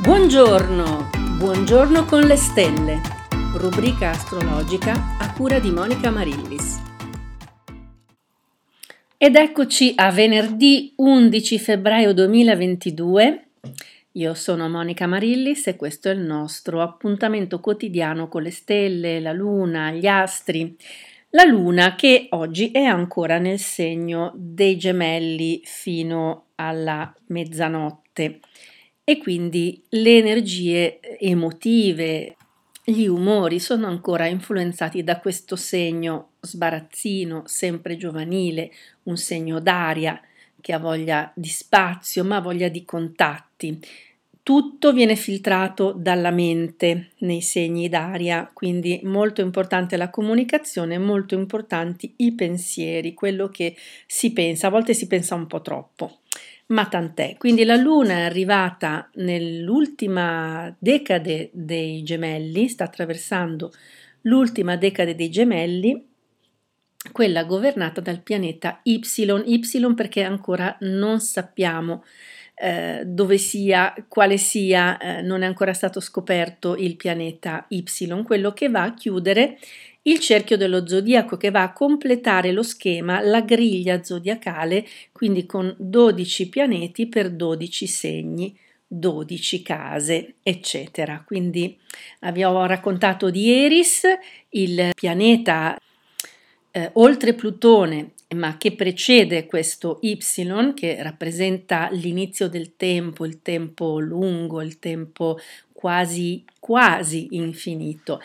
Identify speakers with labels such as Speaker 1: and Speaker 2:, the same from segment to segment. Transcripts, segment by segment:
Speaker 1: Buongiorno, buongiorno con le stelle, rubrica astrologica a cura di Monica Marillis. Ed eccoci a venerdì 11 febbraio 2022. Io sono Monica Marillis e questo è il nostro appuntamento quotidiano con le stelle, la luna, gli astri. La luna che oggi è ancora nel segno dei Gemelli fino alla mezzanotte. E quindi le energie emotive, gli umori sono ancora influenzati da questo segno sbarazzino, sempre giovanile, un segno d'aria che ha voglia di spazio, ma ha voglia di contatti. Tutto viene filtrato dalla mente nei segni d'aria, quindi molto importante la comunicazione, molto importanti i pensieri, quello che si pensa, a volte si pensa un po' troppo. Ma tant'è, quindi la Luna è arrivata nell'ultima decade dei Gemelli, sta attraversando l'ultima decade dei Gemelli, quella governata dal pianeta Y perché ancora non sappiamo dove sia, quale sia, non è ancora stato scoperto il pianeta Y, quello che va a chiudere il cerchio dello zodiaco, che va a completare lo schema, la griglia zodiacale, quindi con 12 pianeti per 12 segni, 12 case, eccetera. Quindi abbiamo raccontato di Eris, il pianeta oltre Plutone, ma che precede questo Y, che rappresenta l'inizio del tempo, il tempo lungo, il tempo quasi infinito.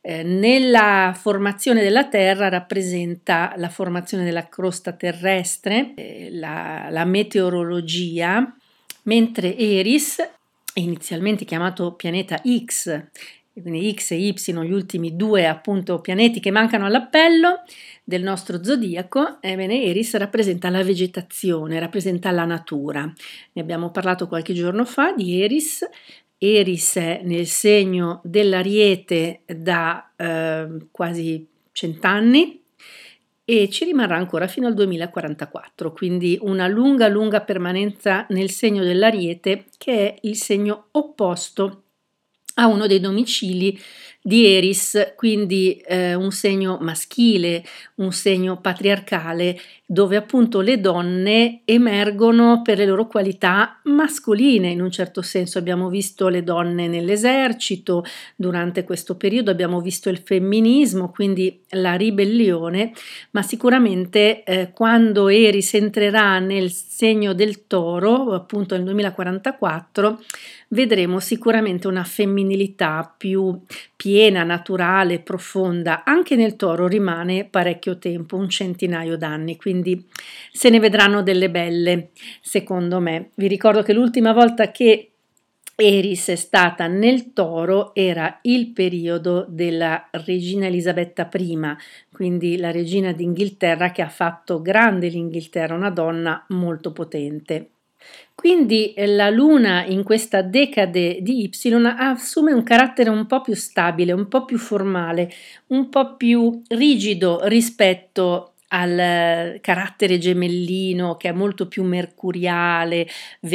Speaker 1: Nella formazione della Terra rappresenta la formazione della crosta terrestre, la meteorologia, mentre Eris, inizialmente chiamato pianeta X, quindi X e Y, gli ultimi due appunto pianeti che mancano all'appello del nostro zodiaco, ebbene Eris rappresenta la vegetazione, rappresenta la natura. Ne abbiamo parlato qualche giorno fa di Eris. Eris è nel segno dell'Ariete da quasi 100 anni e ci rimarrà ancora fino al 2044, quindi una lunga permanenza nel segno dell'Ariete, che è il segno opposto a uno dei domicili di Eris, quindi un segno maschile, un segno patriarcale, dove appunto le donne emergono per le loro qualità mascoline, in un certo senso. Abbiamo visto le donne nell'esercito durante questo periodo, abbiamo visto il femminismo, quindi la ribellione, ma sicuramente quando Eris entrerà nel segno del Toro, appunto nel 2044, vedremo sicuramente una femminilità più piena, naturale, profonda. Anche nel Toro rimane parecchio tempo, un centinaio d'anni, quindi se ne vedranno delle belle, secondo me. Vi ricordo che l'ultima volta che Eris è stata nel Toro era il periodo della regina Elisabetta I, quindi la regina d'Inghilterra, che ha fatto grande l'Inghilterra, una donna molto potente. Quindi la Luna in questa decade di Y assume un carattere un po' più stabile, un po' più formale, un po' più rigido rispetto al carattere gemellino, che è molto più mercuriale,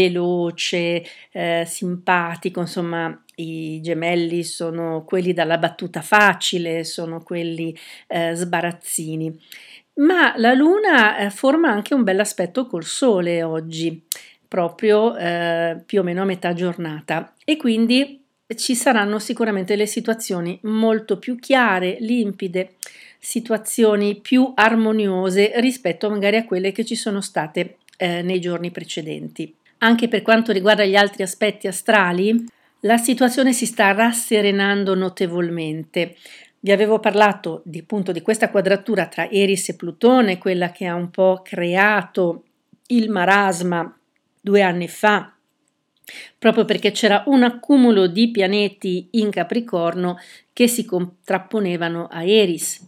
Speaker 1: veloce, simpatico. Insomma, i gemelli sono quelli dalla battuta facile, sono quelli sbarazzini. Ma la Luna forma anche un bell'aspetto col Sole oggi, proprio più o meno a metà giornata, e quindi ci saranno sicuramente le situazioni molto più chiare, limpide, situazioni più armoniose rispetto magari a quelle che ci sono state nei giorni precedenti. Anche per quanto riguarda gli altri aspetti astrali, la situazione si sta rasserenando notevolmente. Vi avevo parlato appunto di questa quadratura tra Eris e Plutone, quella che ha un po' creato il marasma 2 anni fa, proprio perché c'era un accumulo di pianeti in Capricorno che si contrapponevano a Eris.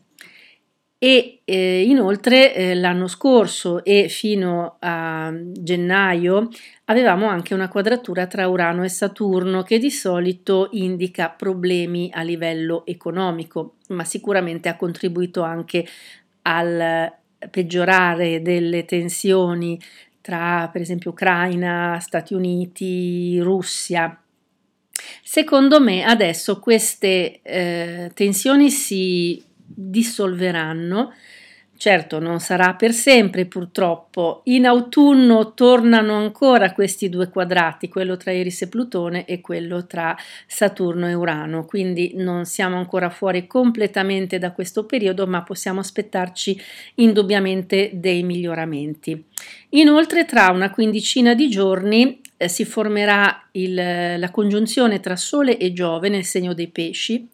Speaker 1: E inoltre l'anno scorso e fino a gennaio avevamo anche una quadratura tra Urano e Saturno, che di solito indica problemi a livello economico, ma sicuramente ha contribuito anche al peggiorare delle tensioni tra, per esempio, Ucraina, Stati Uniti, Russia. Secondo me adesso queste tensioni si dissolveranno. Certo, non sarà per sempre purtroppo. In autunno tornano ancora questi due quadrati, quello tra Eris e Plutone e quello tra Saturno e Urano, quindi non siamo ancora fuori completamente da questo periodo, ma possiamo aspettarci indubbiamente dei miglioramenti. Inoltre, tra una quindicina di giorni si formerà la congiunzione tra Sole e Giove nel segno dei Pesci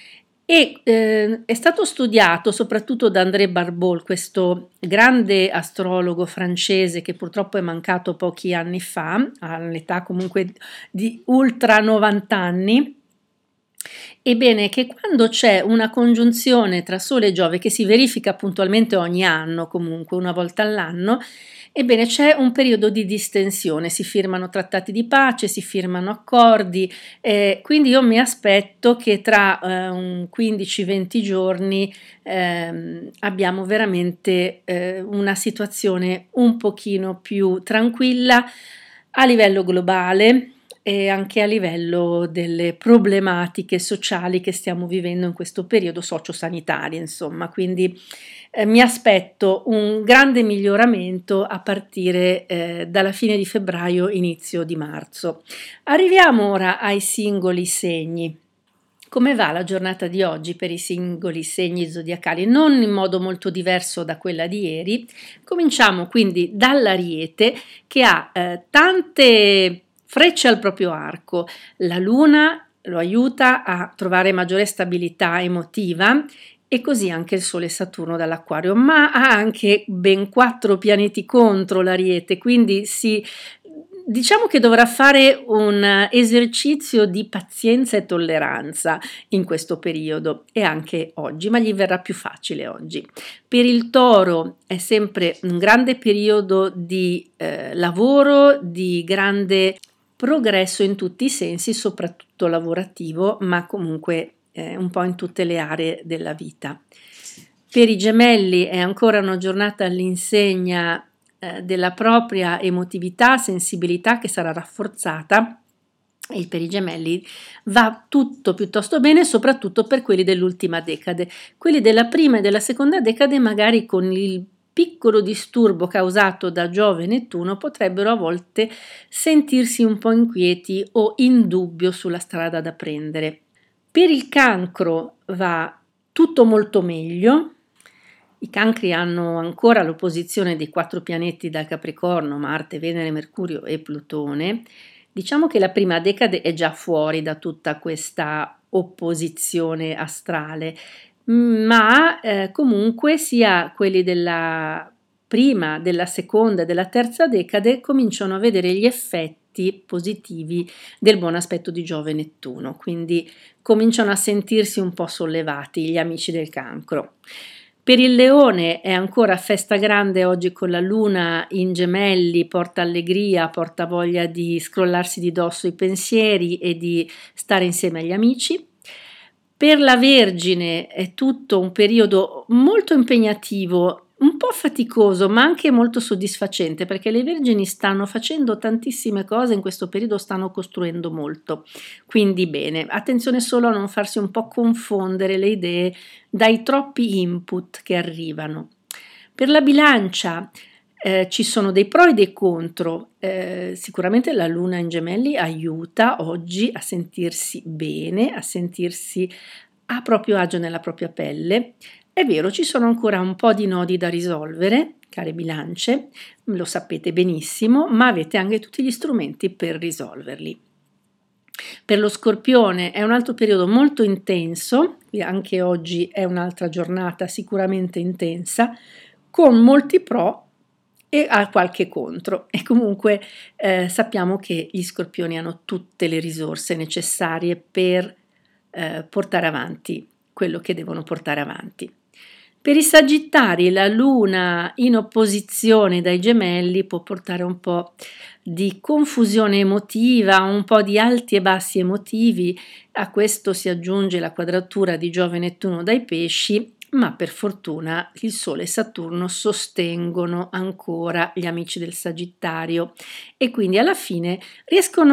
Speaker 1: e è stato studiato soprattutto da André Barbault, questo grande astrologo francese che purtroppo è mancato pochi anni fa, all'età comunque di ultra 90 anni. Ebbene, che quando c'è una congiunzione tra Sole e Giove che si verifica puntualmente ogni anno, comunque una volta all'anno, ebbene c'è un periodo di distensione, si firmano trattati di pace, si firmano accordi, quindi io mi aspetto che tra un 15-20 giorni abbiamo veramente una situazione un pochino più tranquilla a livello globale e anche a livello delle problematiche sociali che stiamo vivendo in questo periodo sociosanitario, insomma, quindi mi aspetto un grande miglioramento a partire dalla fine di febbraio, inizio di marzo. Arriviamo ora ai singoli segni. Come va la giornata di oggi per i singoli segni zodiacali? Non in modo molto diverso da quella di ieri. Cominciamo quindi dall'Ariete che ha tante frecce al proprio arco. La Luna lo aiuta a trovare maggiore stabilità emotiva e così anche il Sole e Saturno dall'Acquario, ma ha anche ben 4 pianeti contro l'Ariete, quindi diciamo che dovrà fare un esercizio di pazienza e tolleranza in questo periodo e anche oggi, ma gli verrà più facile oggi. Per il Toro è sempre un grande periodo di lavoro, di grande progresso in tutti i sensi, soprattutto lavorativo, ma comunque un po' in tutte le aree della vita. Per i Gemelli è ancora una giornata all'insegna della propria emotività, sensibilità che sarà rafforzata e per i Gemelli va tutto piuttosto bene, soprattutto per quelli dell'ultima decade. Quelli della prima e della seconda decade magari con il piccolo disturbo causato da Giove e Nettuno potrebbero a volte sentirsi un po' inquieti o in dubbio sulla strada da prendere. Per il Cancro va tutto molto meglio. I Cancri hanno ancora l'opposizione dei 4 pianeti dal Capricorno, Marte, Venere, Mercurio e Plutone. Diciamo che la prima decade è già fuori da tutta questa opposizione astrale, ma comunque sia quelli della prima, della seconda e della terza decade cominciano a vedere gli effetti positivi del buon aspetto di Giove e Nettuno, quindi cominciano a sentirsi un po' sollevati gli amici del Cancro. Per il Leone è ancora festa grande oggi con la Luna in Gemelli, porta allegria, porta voglia di scrollarsi di dosso i pensieri e di stare insieme agli amici. Per la Vergine è tutto un periodo molto impegnativo, un po' faticoso, ma anche molto soddisfacente, perché le Vergini stanno facendo tantissime cose in questo periodo, stanno costruendo molto. Quindi bene, attenzione solo a non farsi un po' confondere le idee dai troppi input che arrivano. Per la Bilancia ci sono dei pro e dei contro. Sicuramente la Luna in Gemelli aiuta oggi a sentirsi bene, a sentirsi a proprio agio nella propria pelle. È vero, ci sono ancora un po' di nodi da risolvere, care bilance, lo sapete benissimo, ma avete anche tutti gli strumenti per risolverli. Per lo Scorpione è un altro periodo molto intenso, anche oggi è un'altra giornata sicuramente intensa, con molti pro e qualche contro. E comunque sappiamo che gli Scorpioni hanno tutte le risorse necessarie per portare avanti quello che devono portare avanti. Per i Sagittari la Luna in opposizione dai Gemelli può portare un po' di confusione emotiva, un po' di alti e bassi emotivi. A questo si aggiunge la quadratura di Giove e Nettuno dai Pesci, ma per fortuna il Sole e Saturno sostengono ancora gli amici del Sagittario e quindi alla fine riescono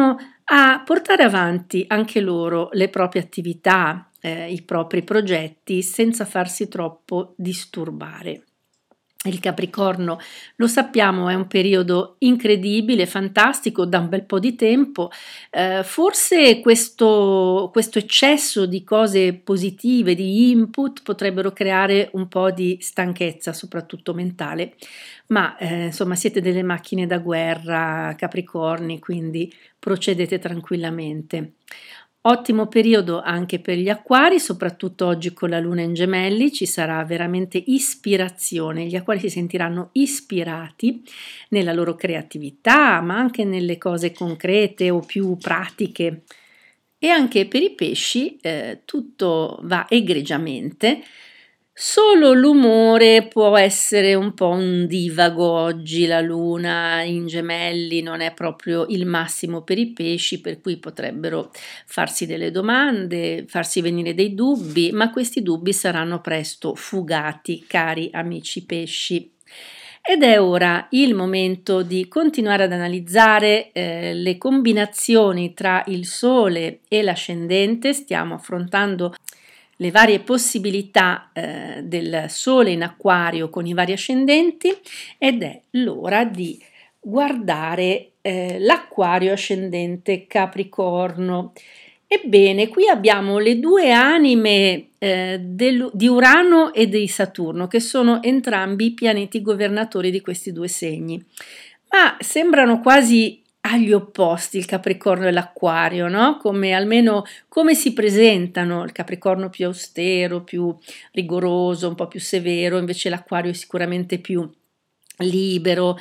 Speaker 1: a portare avanti anche loro le proprie attività, i propri progetti senza farsi troppo disturbare. Il Capricorno, lo sappiamo, è un periodo incredibile, fantastico, da un bel po' di tempo. Forse questo eccesso di cose positive, di input, potrebbero creare un po' di stanchezza, soprattutto mentale. Ma insomma, siete delle macchine da guerra, Capricorni, quindi procedete tranquillamente. Ottimo periodo anche per gli acquari, soprattutto oggi con la luna in gemelli, ci sarà veramente ispirazione, gli acquari si sentiranno ispirati nella loro creatività, ma anche nelle cose concrete o più pratiche. E anche per i pesci tutto va egregiamente. Solo l'umore può essere un po' un divago oggi, la luna in gemelli non è proprio il massimo per i pesci, per cui potrebbero farsi delle domande, farsi venire dei dubbi, ma questi dubbi saranno presto fugati, cari amici pesci. Ed è ora il momento di continuare ad analizzare le combinazioni tra il Sole e l'ascendente. Stiamo affrontando le varie possibilità del Sole in Acquario con i vari ascendenti ed è l'ora di guardare l'Acquario ascendente Capricorno. Ebbene, qui abbiamo le due anime di Urano e di Saturno, che sono entrambi i pianeti governatori di questi due segni, ma sembrano quasi agli opposti il Capricorno e l'Acquario, no? Almeno come si presentano, il Capricorno più austero, più rigoroso, un po' più severo, invece l'Acquario è sicuramente più libero,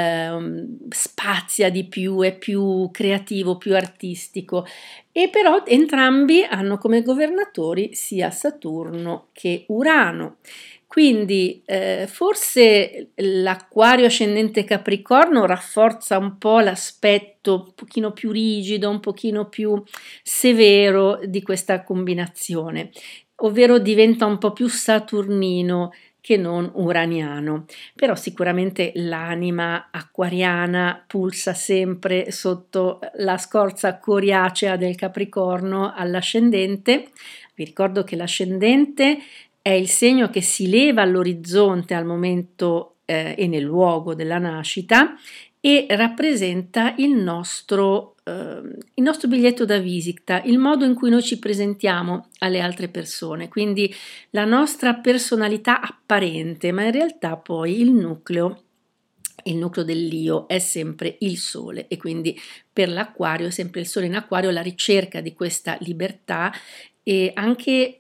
Speaker 1: spazia di più, è più creativo, più artistico, e però entrambi hanno come governatori sia Saturno che Urano. Quindi forse l'Acquario ascendente Capricorno rafforza un po' l'aspetto un pochino più rigido, un pochino più severo di questa combinazione, ovvero diventa un po' più saturnino che non uraniano, però sicuramente l'anima acquariana pulsa sempre sotto la scorza coriacea del Capricorno all'ascendente. Vi ricordo che l'ascendente è il segno che si leva all'orizzonte al momento e nel luogo della nascita e rappresenta il nostro biglietto da visita, il modo in cui noi ci presentiamo alle altre persone, quindi la nostra personalità apparente, ma in realtà poi il nucleo dell'io è sempre il Sole e quindi per l'Acquario è sempre il Sole in Acquario, la ricerca di questa libertà e anche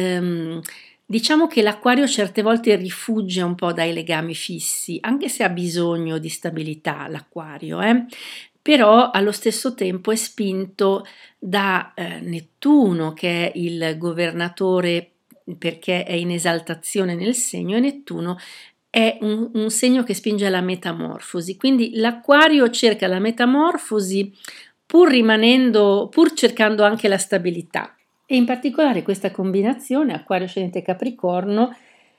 Speaker 1: diciamo che l'Acquario certe volte rifugge un po' dai legami fissi, anche se ha bisogno di stabilità l'Acquario, però allo stesso tempo è spinto da Nettuno, che è il governatore perché è in esaltazione nel segno, e Nettuno è un segno che spinge alla metamorfosi, quindi l'Acquario cerca la metamorfosi pur cercando anche la stabilità. E in particolare questa combinazione Acquario ascendente Capricorno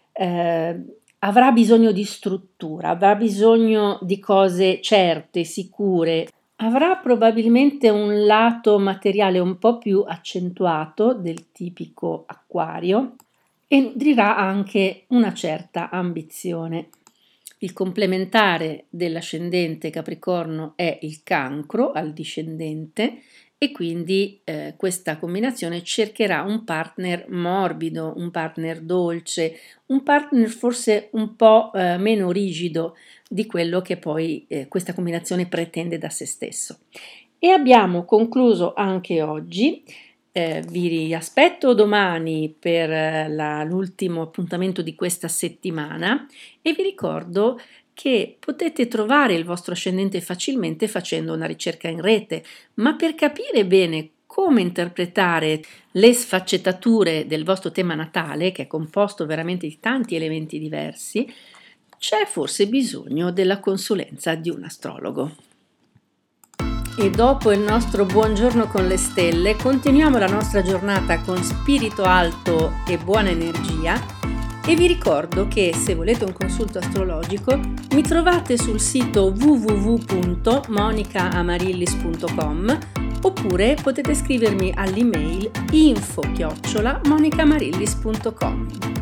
Speaker 1: avrà bisogno di struttura, avrà bisogno di cose certe, sicure, avrà probabilmente un lato materiale un po' più accentuato del tipico Acquario e nutrirà anche una certa ambizione. Il complementare dell'ascendente Capricorno è il Cancro al discendente e quindi questa combinazione cercherà un partner morbido, un partner dolce, un partner forse un po' meno rigido di quello che poi questa combinazione pretende da se stesso. E abbiamo concluso anche oggi. Vi aspetto domani per l'ultimo appuntamento di questa settimana e vi ricordo che potete trovare il vostro ascendente facilmente facendo una ricerca in rete, ma per capire bene come interpretare le sfaccettature del vostro tema natale, che è composto veramente di tanti elementi diversi, c'è forse bisogno della consulenza di un astrologo. E dopo il nostro buongiorno con le continuiamo la nostra giornata con spirito alto e buona energia. E vi ricordo che se volete un consulto astrologico mi trovate sul sito www.monicamarillis.com oppure potete scrivermi all'email info@monicamarillis.com.